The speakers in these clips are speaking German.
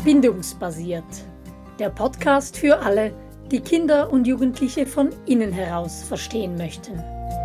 Bindungsbasiert. Der Podcast für alle, die Kinder und Jugendliche von innen heraus verstehen möchten.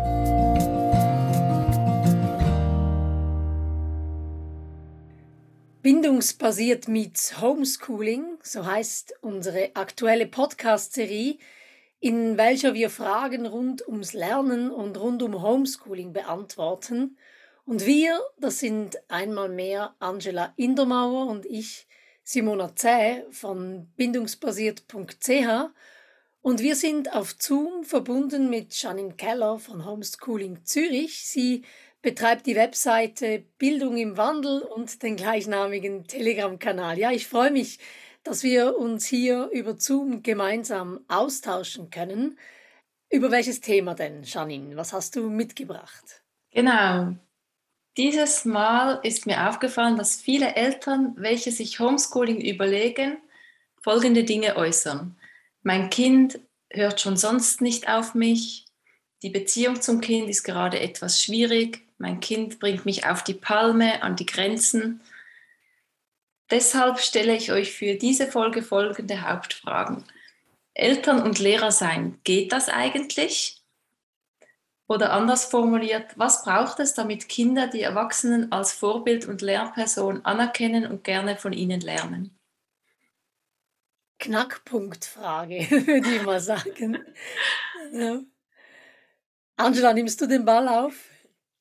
Bindungsbasiert meets Homeschooling, so heißt unsere aktuelle Podcast-Serie, in welcher wir Fragen rund ums Lernen und rund um Homeschooling beantworten. Und wir, das sind einmal mehr Angela Indermauer und ich, Simona Zäh von bindungsbasiert.ch, und wir sind auf Zoom verbunden mit Janine Keller von Homeschooling Zürich. Sie betreibt die Webseite Bildung im Wandel und den gleichnamigen Telegram-Kanal. Ja, ich freue mich, dass wir uns hier über Zoom gemeinsam austauschen können. Über welches Thema denn, Janine? Was hast du mitgebracht? Genau. Dieses Mal ist mir aufgefallen, dass viele Eltern, welche sich Homeschooling überlegen, folgende Dinge äußern. Mein Kind hört schon sonst nicht auf mich. Die Beziehung zum Kind ist gerade etwas schwierig. Mein Kind bringt mich auf die Palme, an die Grenzen. Deshalb stelle ich euch für diese Folge folgende Hauptfragen. Eltern und Lehrer sein, geht das eigentlich? Oder anders formuliert, was braucht es, damit Kinder die Erwachsenen als Vorbild und Lehrperson anerkennen und gerne von ihnen lernen? Knackpunktfrage, würde ich mal sagen. Ja. Angela, nimmst du den Ball auf?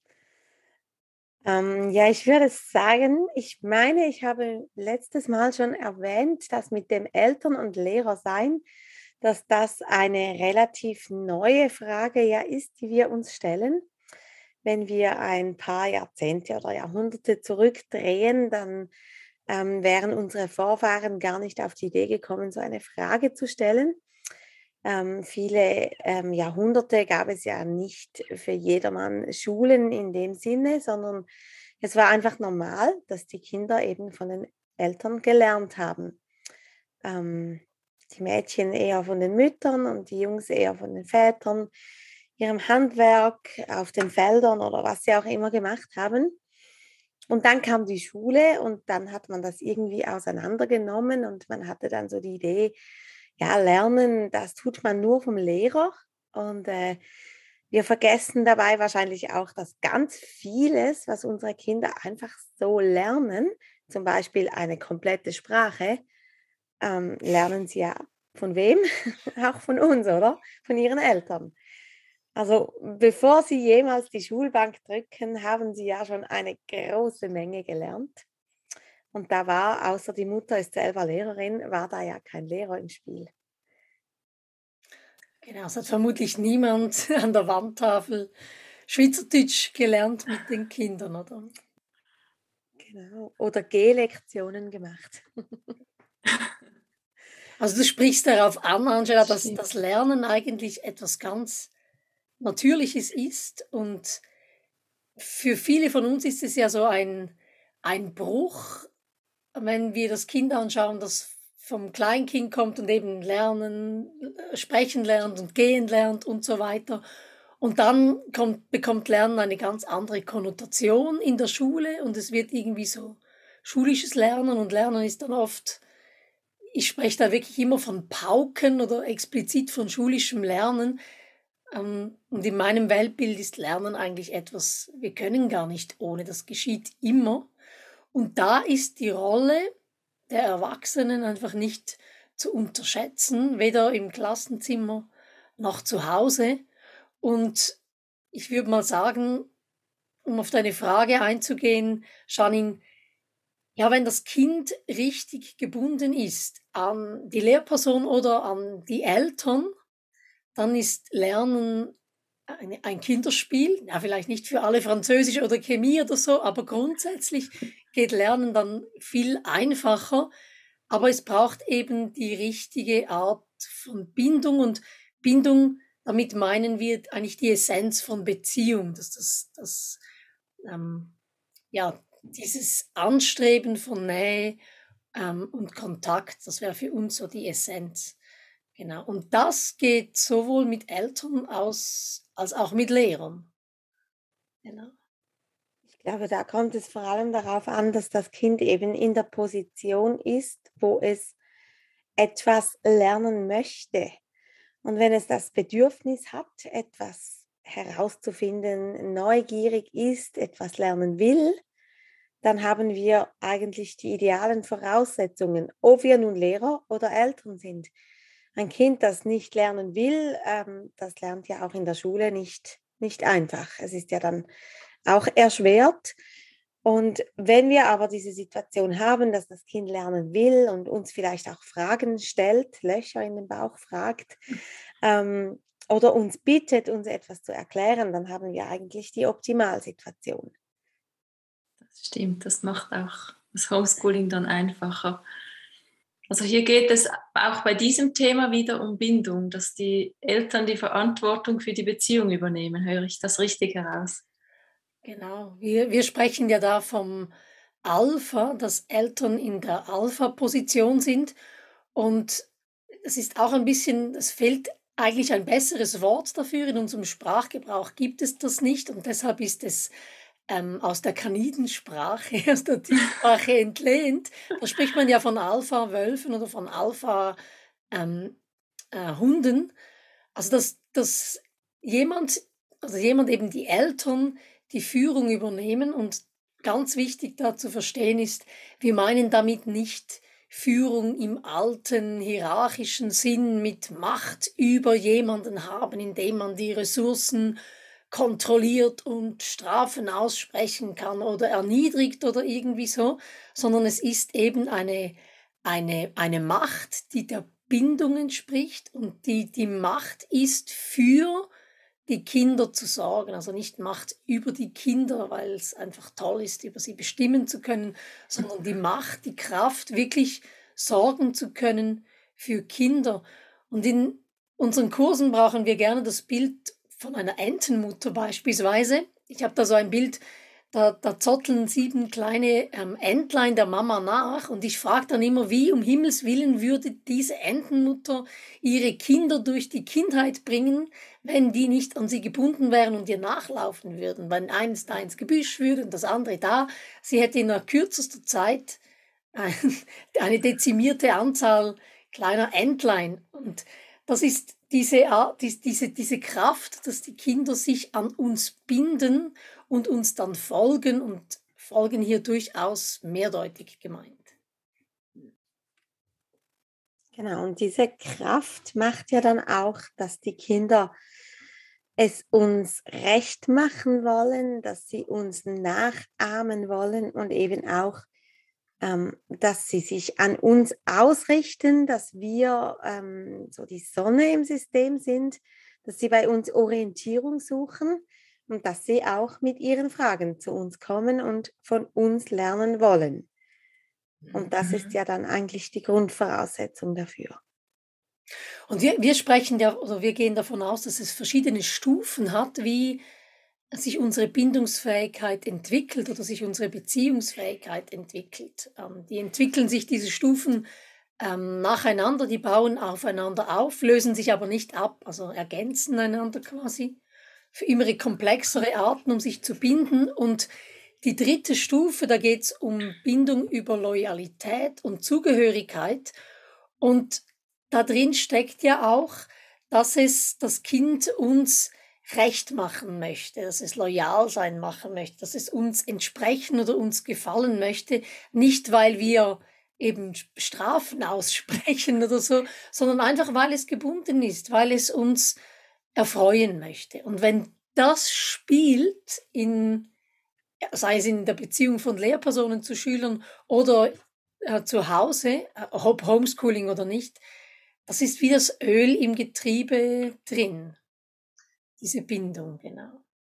Ja, ich würde sagen, ich meine, ich habe letztes Mal schon erwähnt, dass mit dem Eltern- und Lehrersein, dass das eine relativ neue Frage ja ist, die wir uns stellen. Wenn wir ein paar Jahrzehnte oder Jahrhunderte zurückdrehen, dann wären unsere Vorfahren gar nicht auf die Idee gekommen, so eine Frage zu stellen. Viele Jahrhunderte gab es ja nicht für jedermann Schulen in dem Sinne, sondern es war einfach normal, dass die Kinder eben von den Eltern gelernt haben. Die Mädchen eher von den Müttern und die Jungs eher von den Vätern, ihrem Handwerk auf den Feldern oder was sie auch immer gemacht haben. Und dann kam die Schule und dann hat man das irgendwie auseinandergenommen und man hatte dann so die Idee, ja, lernen, das tut man nur vom Lehrer. Und wir vergessen dabei wahrscheinlich auch, dass ganz vieles, was unsere Kinder einfach so lernen, zum Beispiel eine komplette Sprache, lernen sie ja von wem? Auch von uns, oder? Von ihren Eltern. Also bevor sie jemals die Schulbank drücken, haben sie ja schon eine große Menge gelernt. Und da war, außer die Mutter ist selber Lehrerin, war da ja kein Lehrer im Spiel. Genau, es hat vermutlich niemand an der Wandtafel Schweizerdeutsch gelernt mit den Kindern, oder? Genau. Oder G-Lektionen gemacht. Also du sprichst darauf an, Angela, dass das Lernen eigentlich etwas ganz Natürliches ist, und für viele von uns ist es ja so ein Bruch, wenn wir das Kind anschauen, das vom Kleinkind kommt und eben lernen, sprechen lernt und gehen lernt und so weiter. Und dann bekommt Lernen eine ganz andere Konnotation in der Schule und es wird irgendwie so schulisches Lernen, und Lernen ist dann oft, ich spreche da wirklich immer von Pauken oder explizit von schulischem Lernen. Und in meinem Weltbild ist Lernen eigentlich etwas, wir können gar nicht ohne, das geschieht immer. Und da ist die Rolle der Erwachsenen einfach nicht zu unterschätzen, weder im Klassenzimmer noch zu Hause. Und ich würde mal sagen, um auf deine Frage einzugehen, Janine, ja, wenn das Kind richtig gebunden ist an die Lehrperson oder an die Eltern, dann ist Lernen ein Kinderspiel. Ja, vielleicht nicht für alle Französisch oder Chemie oder so, aber grundsätzlich geht Lernen dann viel einfacher. Aber es braucht eben die richtige Art von Bindung, und Bindung, damit meinen wir eigentlich die Essenz von Beziehung, dass ja, dieses Anstreben von Nähe und Kontakt, das wäre für uns so die Essenz. Genau. Und das geht sowohl mit Eltern aus als auch mit Lehrern. Genau. glaube, da kommt es vor allem darauf an, dass das Kind eben in der Position ist, wo es etwas lernen möchte. Und wenn es das Bedürfnis hat, etwas herauszufinden, neugierig ist, etwas lernen will, dann haben wir eigentlich die idealen Voraussetzungen, ob wir nun Lehrer oder Eltern sind. Ein Kind, das nicht lernen will, das lernt ja auch in der Schule nicht einfach. Es ist ja dann auch erschwert. Und wenn wir aber diese Situation haben, dass das Kind lernen will und uns vielleicht auch Fragen stellt, Löcher in den Bauch fragt, oder uns bittet, uns etwas zu erklären, dann haben wir eigentlich die Optimalsituation. Das stimmt, das macht auch das Homeschooling dann einfacher. Also hier geht es auch bei diesem Thema wieder um Bindung, dass die Eltern die Verantwortung für die Beziehung übernehmen. Höre ich das richtig heraus? Genau. Wir sprechen ja da vom Alpha, dass Eltern in der Alpha-Position sind. Und es ist auch ein bisschen, es fehlt eigentlich ein besseres Wort dafür. In unserem Sprachgebrauch gibt es das nicht. Und deshalb ist es aus der Kanidensprache, aus der Tiersprache entlehnt. Da spricht man ja von Alpha-Wölfen oder von Alpha-Hunden. Also dass jemand eben die Eltern die Führung übernehmen. Und ganz wichtig da zu verstehen ist, wir meinen damit nicht Führung im alten hierarchischen Sinn mit Macht über jemanden haben, indem man die Ressourcen kontrolliert und Strafen aussprechen kann oder erniedrigt oder irgendwie so, sondern es ist eben eine Macht, die der Bindung entspricht und die Macht ist, für die Kinder zu sorgen. Also nicht Macht über die Kinder, weil es einfach toll ist, über sie bestimmen zu können, sondern die Macht, die Kraft, wirklich sorgen zu können für Kinder. Und in unseren Kursen brauchen wir gerne das Bild von einer Entenmutter beispielsweise. Ich habe da so ein Bild, da zotteln 7 kleine Entlein der Mama nach und ich frage dann immer, wie um Himmels Willen würde diese Entenmutter ihre Kinder durch die Kindheit bringen, wenn die nicht an sie gebunden wären und ihr nachlaufen würden. Wenn eins da ins Gebüsch würde und das andere da. Sie hätte in kürzester Zeit eine dezimierte Anzahl kleiner Entlein. Und das ist diese Kraft, dass die Kinder sich an uns binden und uns dann folgen, und folgen hier durchaus mehrdeutig gemeint. Genau, und diese Kraft macht ja dann auch, dass die Kinder es uns recht machen wollen, dass sie uns nachahmen wollen und eben auch, dass sie sich an uns ausrichten, dass wir so die Sonne im System sind, dass sie bei uns Orientierung suchen und dass sie auch mit ihren Fragen zu uns kommen und von uns lernen wollen. Und das ist ja dann eigentlich die Grundvoraussetzung dafür. Und wir sprechen ja, oder wir gehen davon aus, dass es verschiedene Stufen hat, wie sich unsere Bindungsfähigkeit entwickelt oder sich unsere Beziehungsfähigkeit entwickelt. Die entwickeln sich, diese Stufen, nacheinander, die bauen aufeinander auf, lösen sich aber nicht ab, also ergänzen einander quasi für immer komplexere Arten, um sich zu binden. Und die dritte Stufe, da geht es um Bindung über Loyalität und Zugehörigkeit. Und da drin steckt ja auch, dass es das Kind uns recht machen möchte, dass es loyal sein machen möchte, dass es uns entsprechen oder uns gefallen möchte, nicht weil wir eben Strafen aussprechen oder so, sondern einfach, weil es gebunden ist, weil es uns erfreuen möchte. Und wenn das spielt, sei es in der Beziehung von Lehrpersonen zu Schülern oder zu Hause, ob Homeschooling oder nicht, das ist wie das Öl im Getriebe drin, diese Bindung, genau.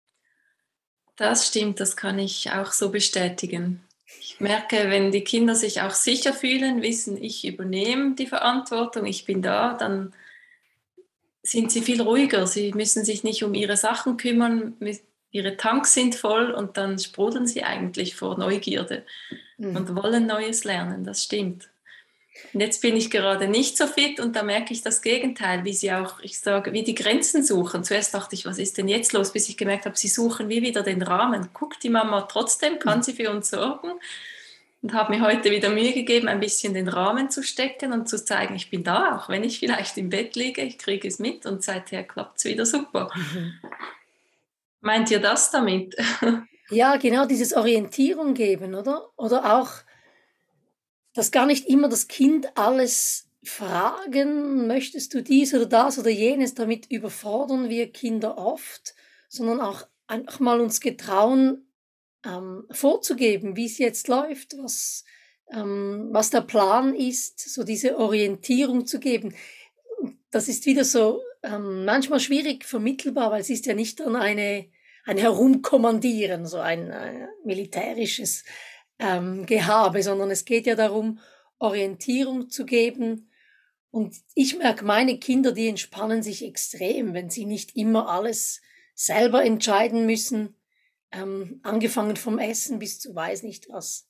Das stimmt, das kann ich auch so bestätigen. Ich merke, wenn die Kinder sich auch sicher fühlen, wissen, ich übernehme die Verantwortung, ich bin da, dann sind sie viel ruhiger. Sie müssen sich nicht um ihre Sachen kümmern, ihre Tanks sind voll und dann sprudeln sie eigentlich vor Neugierde und wollen Neues lernen, das stimmt. Und jetzt bin ich gerade nicht so fit und da merke ich das Gegenteil, wie sie auch, ich sage, wie die Grenzen suchen. Zuerst dachte ich, was ist denn jetzt los, bis ich gemerkt habe, sie suchen wie wieder den Rahmen. Guckt die Mama trotzdem, kann sie für uns sorgen? Und habe mir heute wieder Mühe gegeben, ein bisschen den Rahmen zu stecken und zu zeigen, ich bin da, auch wenn ich vielleicht im Bett liege, ich kriege es mit und seither klappt es wieder super. Meint ihr das damit? Ja, genau, dieses Orientierung geben, oder? Oder auch, dass gar nicht immer das Kind alles fragen, möchtest du dies oder das oder jenes, damit überfordern wir Kinder oft, sondern auch einfach mal uns getrauen, vorzugeben, wie es jetzt läuft, was der Plan ist, so diese Orientierung zu geben. Das ist wieder so manchmal schwierig vermittelbar, weil es ist ja nicht dann ein Herumkommandieren, so ein militärisches Gehabe, sondern es geht ja darum, Orientierung zu geben. Und ich merke, meine Kinder, die entspannen sich extrem, wenn sie nicht immer alles selber entscheiden müssen, angefangen vom Essen bis zu weiß nicht was.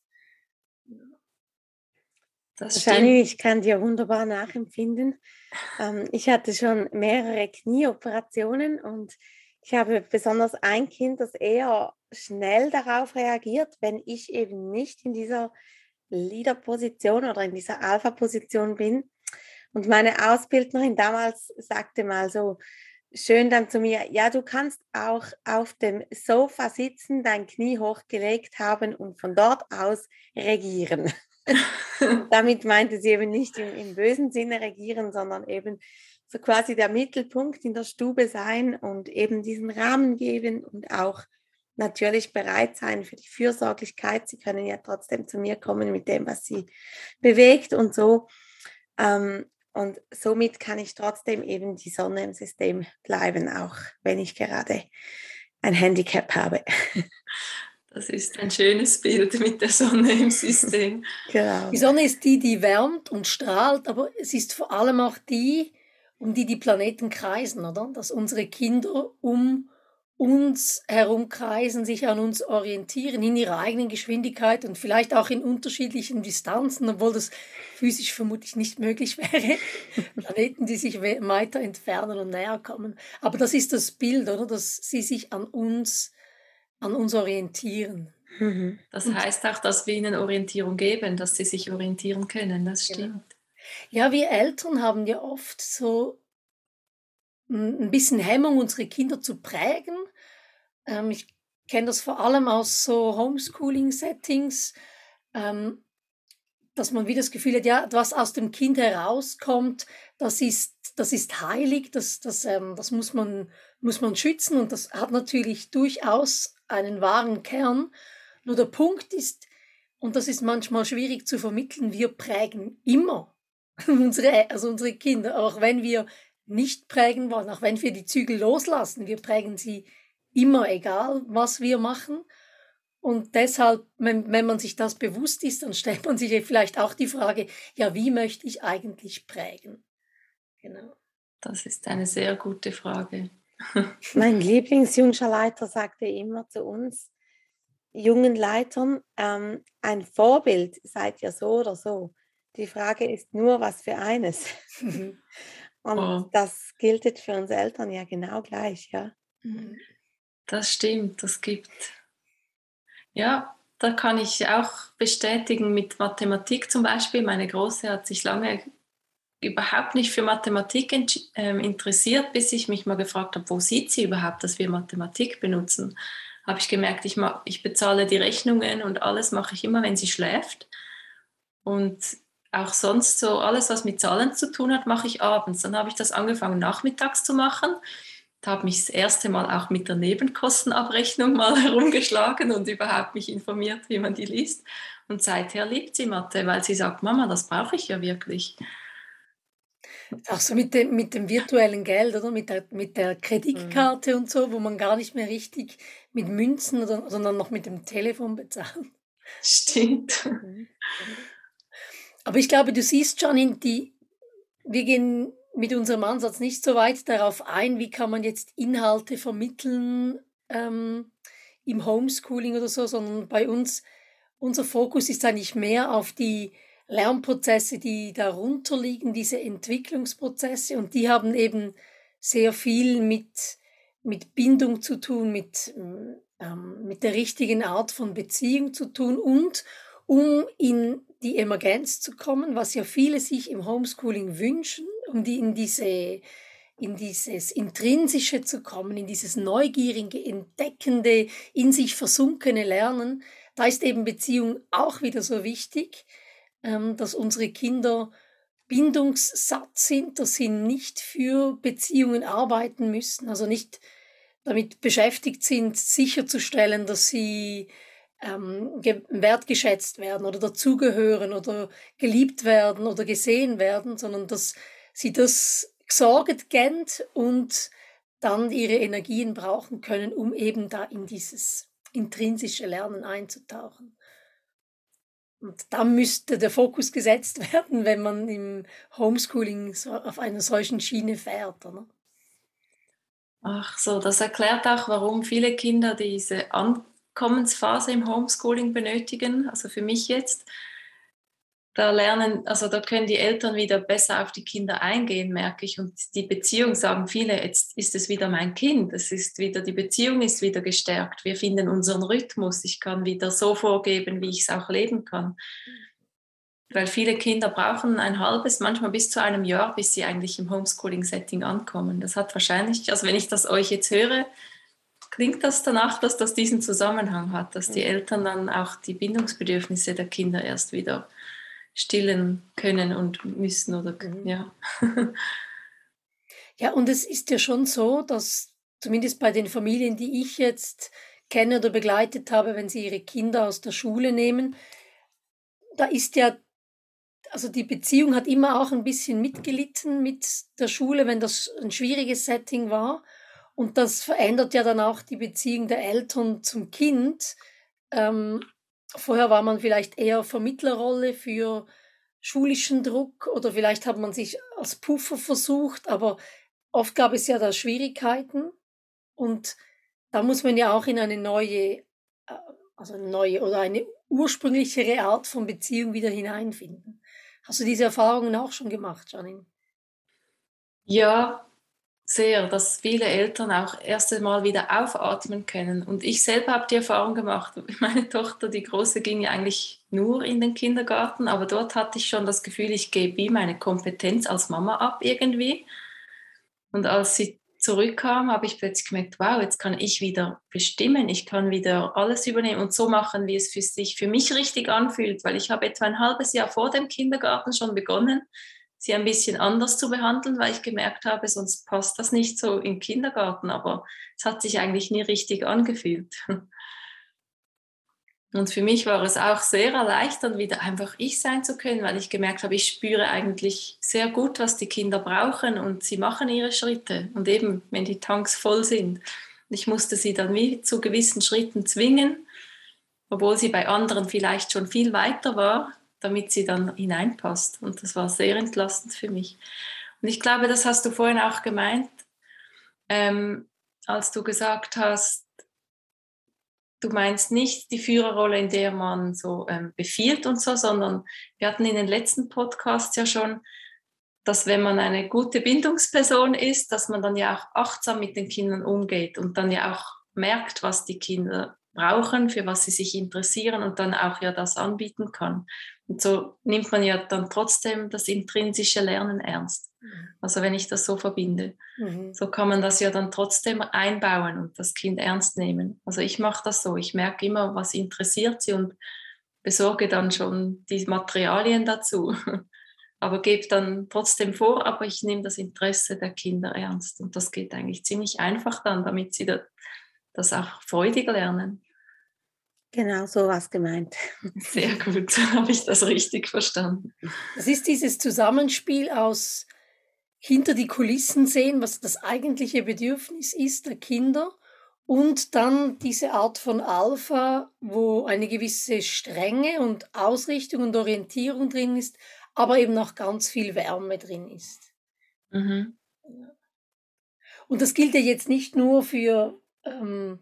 Das Wahrscheinlich, ich kann dir wunderbar nachempfinden. Ich hatte schon mehrere Knieoperationen und ich habe besonders ein Kind, das eher schnell darauf reagiert, wenn ich eben nicht in dieser Leader-Position oder in dieser Alpha-Position bin. Und meine Ausbildnerin damals sagte mal so schön dann zu mir, ja, du kannst auch auf dem Sofa sitzen, dein Knie hochgelegt haben und von dort aus regieren. Damit meinte sie eben nicht im bösen Sinne regieren, sondern eben so quasi der Mittelpunkt in der Stube sein und eben diesen Rahmen geben und auch natürlich bereit sein für die Fürsorglichkeit. Sie können ja trotzdem zu mir kommen mit dem, was sie bewegt und so. Und somit kann ich trotzdem eben die Sonne im System bleiben, auch wenn ich gerade ein Handicap habe. Das ist ein schönes Bild mit der Sonne im System. Genau. Die Sonne ist die, die wärmt und strahlt, aber es ist vor allem auch die, um die die Planeten kreisen, oder? Dass unsere Kinder um uns herumkreisen, sich an uns orientieren in ihrer eigenen Geschwindigkeit und vielleicht auch in unterschiedlichen Distanzen, obwohl das physisch vermutlich nicht möglich wäre. Planeten, die sich weiter entfernen und näher kommen. Aber das ist das Bild, oder? Dass sie sich an uns orientieren. Das heißt auch, dass wir ihnen Orientierung geben, dass sie sich orientieren können, das stimmt. Ja, wir Eltern haben ja oft so ein bisschen Hemmung, unsere Kinder zu prägen. Ich kenne das vor allem aus so Homeschooling-Settings, dass man wie das Gefühl hat, ja, was aus dem Kind herauskommt, das ist heilig, das muss man schützen und das hat natürlich durchaus einen wahren Kern. Nur der Punkt ist, und das ist manchmal schwierig zu vermitteln, wir prägen immer unsere Kinder, auch wenn wir nicht prägen wollen, auch wenn wir die Zügel loslassen, wir prägen sie immer, egal was wir machen. Und deshalb, wenn man sich das bewusst ist, dann stellt man sich vielleicht auch die Frage, ja, wie möchte ich eigentlich prägen? Genau. Das ist eine sehr gute Frage. Mein Lieblingsjungscherleiter sagte immer zu uns, jungen Leitern, ein Vorbild seid ihr so oder so. Die Frage ist nur, was für eines. Und das gilt für uns Eltern ja genau gleich, ja. Das stimmt, das gibt. Ja, da kann ich auch bestätigen mit Mathematik zum Beispiel. Meine Große hat sich lange überhaupt nicht für Mathematik interessiert, bis ich mich mal gefragt habe, wo sieht sie überhaupt, dass wir Mathematik benutzen. Habe ich gemerkt, ich bezahle die Rechnungen und alles mache ich immer, wenn sie schläft. Und auch sonst so alles, was mit Zahlen zu tun hat, mache ich abends. Dann habe ich das angefangen, nachmittags zu machen. Da habe mich das erste Mal auch mit der Nebenkostenabrechnung mal herumgeschlagen und überhaupt mich informiert, wie man die liest. Und seither liebt sie Mathe, weil sie sagt, Mama, das brauche ich ja wirklich. Auch so mit dem virtuellen Geld, oder? Mit der Kreditkarte und so, wo man gar nicht mehr richtig mit Münzen, sondern noch mit dem Telefon bezahlt. Stimmt. Aber ich glaube, du siehst, Janine, wir gehen mit unserem Ansatz nicht so weit darauf ein, wie kann man jetzt Inhalte vermitteln im Homeschooling oder so, sondern bei uns, unser Fokus ist eigentlich mehr auf die Lernprozesse, die darunter liegen, diese Entwicklungsprozesse, und die haben eben sehr viel mit Bindung zu tun, mit der richtigen Art von Beziehung zu tun, und um in die Emergenz zu kommen, was ja viele sich im Homeschooling wünschen, um in dieses Intrinsische zu kommen, in dieses neugierige, entdeckende, in sich versunkene Lernen. Da ist eben Beziehung auch wieder so wichtig, dass unsere Kinder bindungssatt sind, dass sie nicht für Beziehungen arbeiten müssen, also nicht damit beschäftigt sind, sicherzustellen, dass sie wertgeschätzt werden oder dazugehören oder geliebt werden oder gesehen werden, sondern dass sie das gesorgt kennt und dann ihre Energien brauchen können, um eben da in dieses intrinsische Lernen einzutauchen. Und da müsste der Fokus gesetzt werden, wenn man im Homeschooling so auf einer solchen Schiene fährt, oder? Ach so, das erklärt auch, warum viele Kinder diese Ankommensphase im Homeschooling benötigen. Also für mich jetzt, da können die Eltern wieder besser auf die Kinder eingehen, merke ich. Und die Beziehung, sagen viele, jetzt ist es wieder mein Kind. Die Beziehung ist wieder gestärkt. Wir finden unseren Rhythmus. Ich kann wieder so vorgeben, wie ich es auch leben kann. Weil viele Kinder brauchen ein halbes, manchmal bis zu einem Jahr, bis sie eigentlich im Homeschooling-Setting ankommen. Das hat wahrscheinlich, also wenn ich das euch jetzt höre, klingt das danach, dass das diesen Zusammenhang hat, dass die Eltern dann auch die Bindungsbedürfnisse der Kinder erst wieder stillen können und müssen oder ja. Ja, und es ist ja schon so, dass zumindest bei den Familien, die ich jetzt kenne oder begleitet habe, wenn sie ihre Kinder aus der Schule nehmen, da ist ja, also die Beziehung hat immer auch ein bisschen mitgelitten mit der Schule, wenn das ein schwieriges Setting war. Und das verändert ja dann auch die Beziehung der Eltern zum Kind. Vorher war man vielleicht eher Vermittlerrolle für schulischen Druck, oder vielleicht hat man sich als Puffer versucht, aber oft gab es ja da Schwierigkeiten, und da muss man ja auch in eine neue, also eine neue oder eine ursprünglichere Art von Beziehung wieder hineinfinden. Hast du diese Erfahrungen auch schon gemacht, Janine? Ja, sehr, dass viele Eltern auch erst einmal wieder aufatmen können. Und ich selber habe die Erfahrung gemacht, meine Tochter, die Große, ging ja eigentlich nur in den Kindergarten, aber dort hatte ich schon das Gefühl, ich gebe wie meine Kompetenz als Mama ab irgendwie. Und als sie zurückkam, habe ich plötzlich gemerkt, wow, jetzt kann ich wieder bestimmen, ich kann wieder alles übernehmen und so machen, wie es sich für mich richtig anfühlt, weil ich habe etwa ein halbes Jahr vor dem Kindergarten schon begonnen, sie ein bisschen anders zu behandeln, weil ich gemerkt habe, sonst passt das nicht so im Kindergarten, aber es hat sich eigentlich nie richtig angefühlt. Und für mich war es auch sehr erleichternd, wieder einfach ich sein zu können, weil ich gemerkt habe, ich spüre eigentlich sehr gut, was die Kinder brauchen, und sie machen ihre Schritte. Und eben, wenn die Tanks voll sind. Ich musste sie dann wie zu gewissen Schritten zwingen, obwohl sie bei anderen vielleicht schon viel weiter war, damit sie dann hineinpasst. Und das war sehr entlastend für mich. Und ich glaube, das hast du vorhin auch gemeint, als du gesagt hast, du meinst nicht die Führerrolle, in der man so befiehlt und so, sondern wir hatten in den letzten Podcasts ja schon, dass wenn man eine gute Bindungsperson ist, dass man dann ja auch achtsam mit den Kindern umgeht und dann ja auch merkt, was die Kinder brauchen, für was sie sich interessieren, und dann auch ja das anbieten kann. Und so nimmt man ja dann trotzdem das intrinsische Lernen ernst. Also wenn ich das so verbinde. So kann man das ja dann trotzdem einbauen und das Kind ernst nehmen. Also ich mache das so. Ich merke immer, was interessiert sie, und besorge dann schon die Materialien dazu. Aber gebe dann trotzdem vor, aber ich nehme das Interesse der Kinder ernst. Und das geht eigentlich ziemlich einfach dann, damit sie das auch freudig lernen. Genau so was gemeint. Sehr gut, habe ich das richtig verstanden. Das ist dieses Zusammenspiel aus hinter die Kulissen sehen, was das eigentliche Bedürfnis ist der Kinder, und dann diese Art von Alpha, wo eine gewisse Strenge und Ausrichtung und Orientierung drin ist, aber eben noch ganz viel Wärme drin ist. Mhm. Und das gilt ja jetzt nicht nur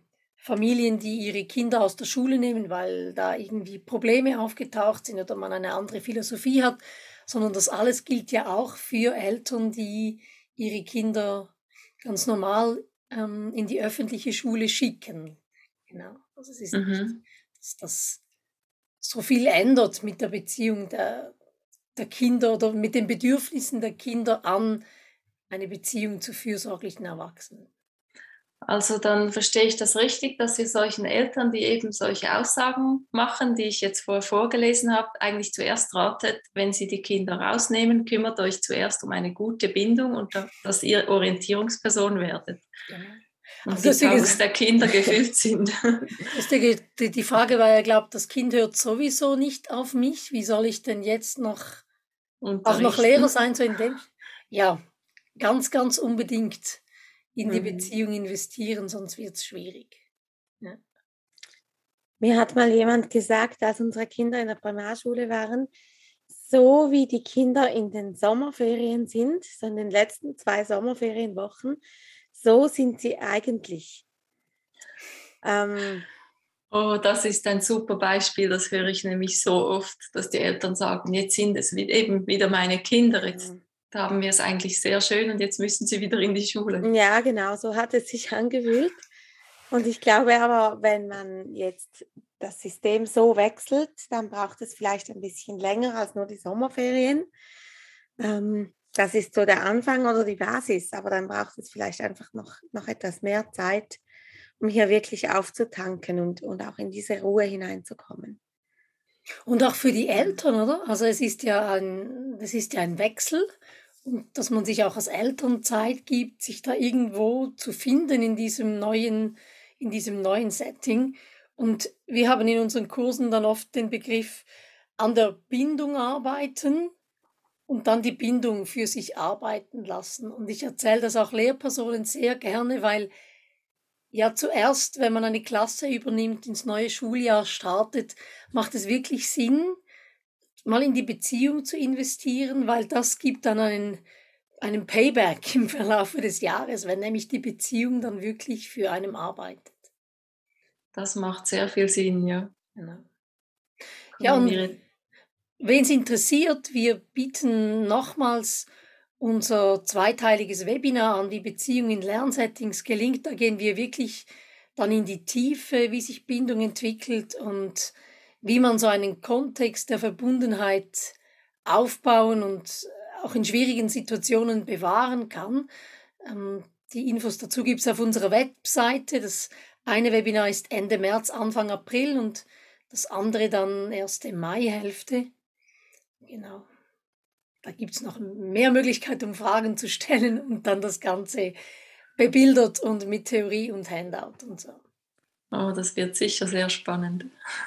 Familien, die ihre Kinder aus der Schule nehmen, weil da irgendwie Probleme aufgetaucht sind oder man eine andere Philosophie hat, sondern das alles gilt ja auch für Eltern, die ihre Kinder ganz normal in die öffentliche Schule schicken. Genau. Also es ist nicht, dass das so viel ändert mit der Beziehung der Kinder oder mit den Bedürfnissen der Kinder an eine Beziehung zu fürsorglichen Erwachsenen. Also dann verstehe ich das richtig, dass ihr solchen Eltern, die eben solche Aussagen machen, die ich jetzt vorher vorgelesen habe, eigentlich zuerst ratet, wenn sie die Kinder rausnehmen, kümmert euch zuerst um eine gute Bindung und dass ihr Orientierungsperson werdet. Genau. Und Also die Tanks der Kinder gefüllt sind. Die Frage war ja, glaubt, das Kind hört sowieso nicht auf mich. Wie soll ich denn jetzt auch noch Lehrer sein? So in dem? Ja, ganz, ganz unbedingt in die Beziehung investieren, sonst wird es schwierig. Ja. Mir hat mal jemand gesagt, als unsere Kinder in der Primarschule waren, so wie die Kinder in den Sommerferien sind, so in den letzten 2 Sommerferienwochen, so sind sie eigentlich. Oh, das ist ein super Beispiel, das höre ich nämlich so oft, dass die Eltern sagen, jetzt sind es eben wieder meine Kinder, jetzt haben wir es eigentlich sehr schön und jetzt müssen sie wieder in die Schule. Ja, genau, so hat es sich angefühlt. Und ich glaube aber, wenn man jetzt das System so wechselt, dann braucht es vielleicht ein bisschen länger als nur die Sommerferien. Das ist so der Anfang oder die Basis, aber dann braucht es vielleicht einfach noch etwas mehr Zeit, um hier wirklich aufzutanken und auch in diese Ruhe hineinzukommen. Und auch für die Eltern, oder? Also es ist ja ein Wechsel und dass man sich auch als Eltern Zeit gibt, sich da irgendwo zu finden in diesem neuen Setting. Und wir haben in unseren Kursen dann oft den Begriff an der Bindung arbeiten und dann die Bindung für sich arbeiten lassen. Und ich erzähle das auch Lehrpersonen sehr gerne, weil ja zuerst, wenn man eine Klasse übernimmt, ins neue Schuljahr startet, macht es wirklich Sinn, mal in die Beziehung zu investieren, weil das gibt dann einen Payback im Verlauf des Jahres, wenn nämlich die Beziehung dann wirklich für einen arbeitet. Das macht sehr viel Sinn, ja. Genau. Ja, und wen es interessiert, wir bieten nochmals unser zweiteiliges Webinar an, wie Beziehung in Lernsettings gelingt. Da gehen wir wirklich dann in die Tiefe, wie sich Bindung entwickelt und wie man so einen Kontext der Verbundenheit aufbauen und auch in schwierigen Situationen bewahren kann. Die Infos dazu gibt es auf unserer Webseite. Das eine Webinar ist Ende März, Anfang April und das andere dann erste Maihälfte. Genau. Da gibt es noch mehr Möglichkeiten, um Fragen zu stellen und dann das Ganze bebildert und mit Theorie und Handout und so. Oh, das wird sicher sehr spannend.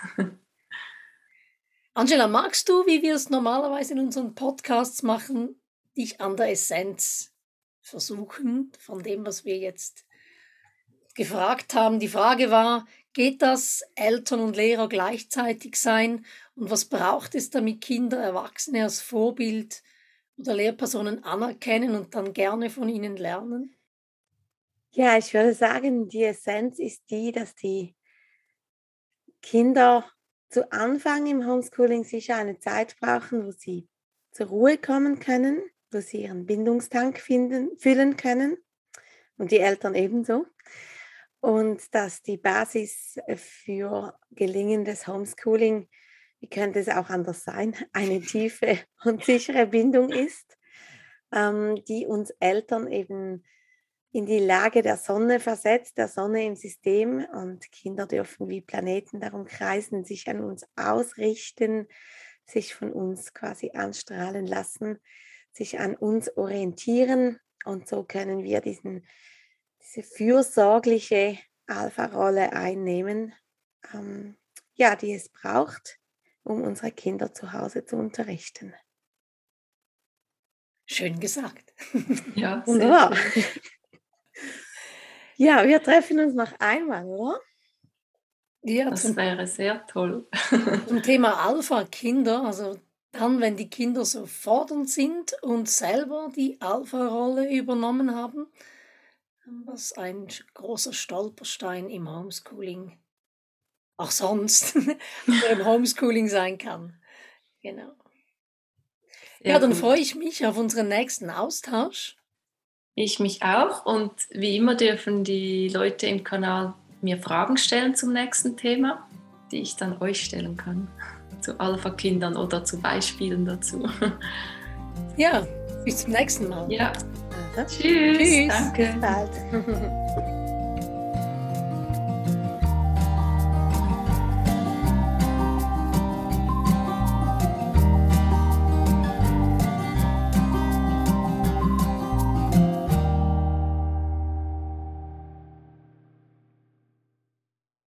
Angela, magst du, wie wir es normalerweise in unseren Podcasts machen, dich an der Essenz versuchen von dem, was wir jetzt gefragt haben? Die Frage war, geht das Eltern und Lehrer gleichzeitig sein? Und was braucht es, damit Kinder, Erwachsene als Vorbild oder Lehrpersonen anerkennen und dann gerne von ihnen lernen? Ja, ich würde sagen, die Essenz ist die, dass die Kinder zu Anfang im Homeschooling sicher eine Zeit brauchen, wo sie zur Ruhe kommen können, wo sie ihren Bindungstank füllen können und die Eltern ebenso. Und dass die Basis für gelingendes Homeschooling, wie könnte es auch anders sein, eine tiefe und sichere Bindung ist, die uns Eltern eben in die Lage der Sonne versetzt, der Sonne im System. Und Kinder dürfen wie Planeten darum kreisen, sich an uns ausrichten, sich von uns quasi anstrahlen lassen, sich an uns orientieren. Und so können wir diese fürsorgliche Alpha-Rolle einnehmen, die es braucht, um unsere Kinder zu Hause zu unterrichten. Schön gesagt. Ja, wunderbar. Ja, wir treffen uns noch einmal, oder? Ja, das wäre sehr toll. Zum Thema Alpha-Kinder, also dann, wenn die Kinder so fordernd sind und selber die Alpha-Rolle übernommen haben, was ein großer Stolperstein im Homeschooling, auch sonst, oder im Homeschooling sein kann. Genau. Ja, dann freue ich mich auf unseren nächsten Austausch. Ich mich auch, und wie immer dürfen die Leute im Kanal mir Fragen stellen zum nächsten Thema, die ich dann euch stellen kann, zu Alpha-Kindern oder zu Beispielen dazu. Ja, bis zum nächsten Mal. Ja. Aha. Tschüss. Tschüss. Danke. Bis bald.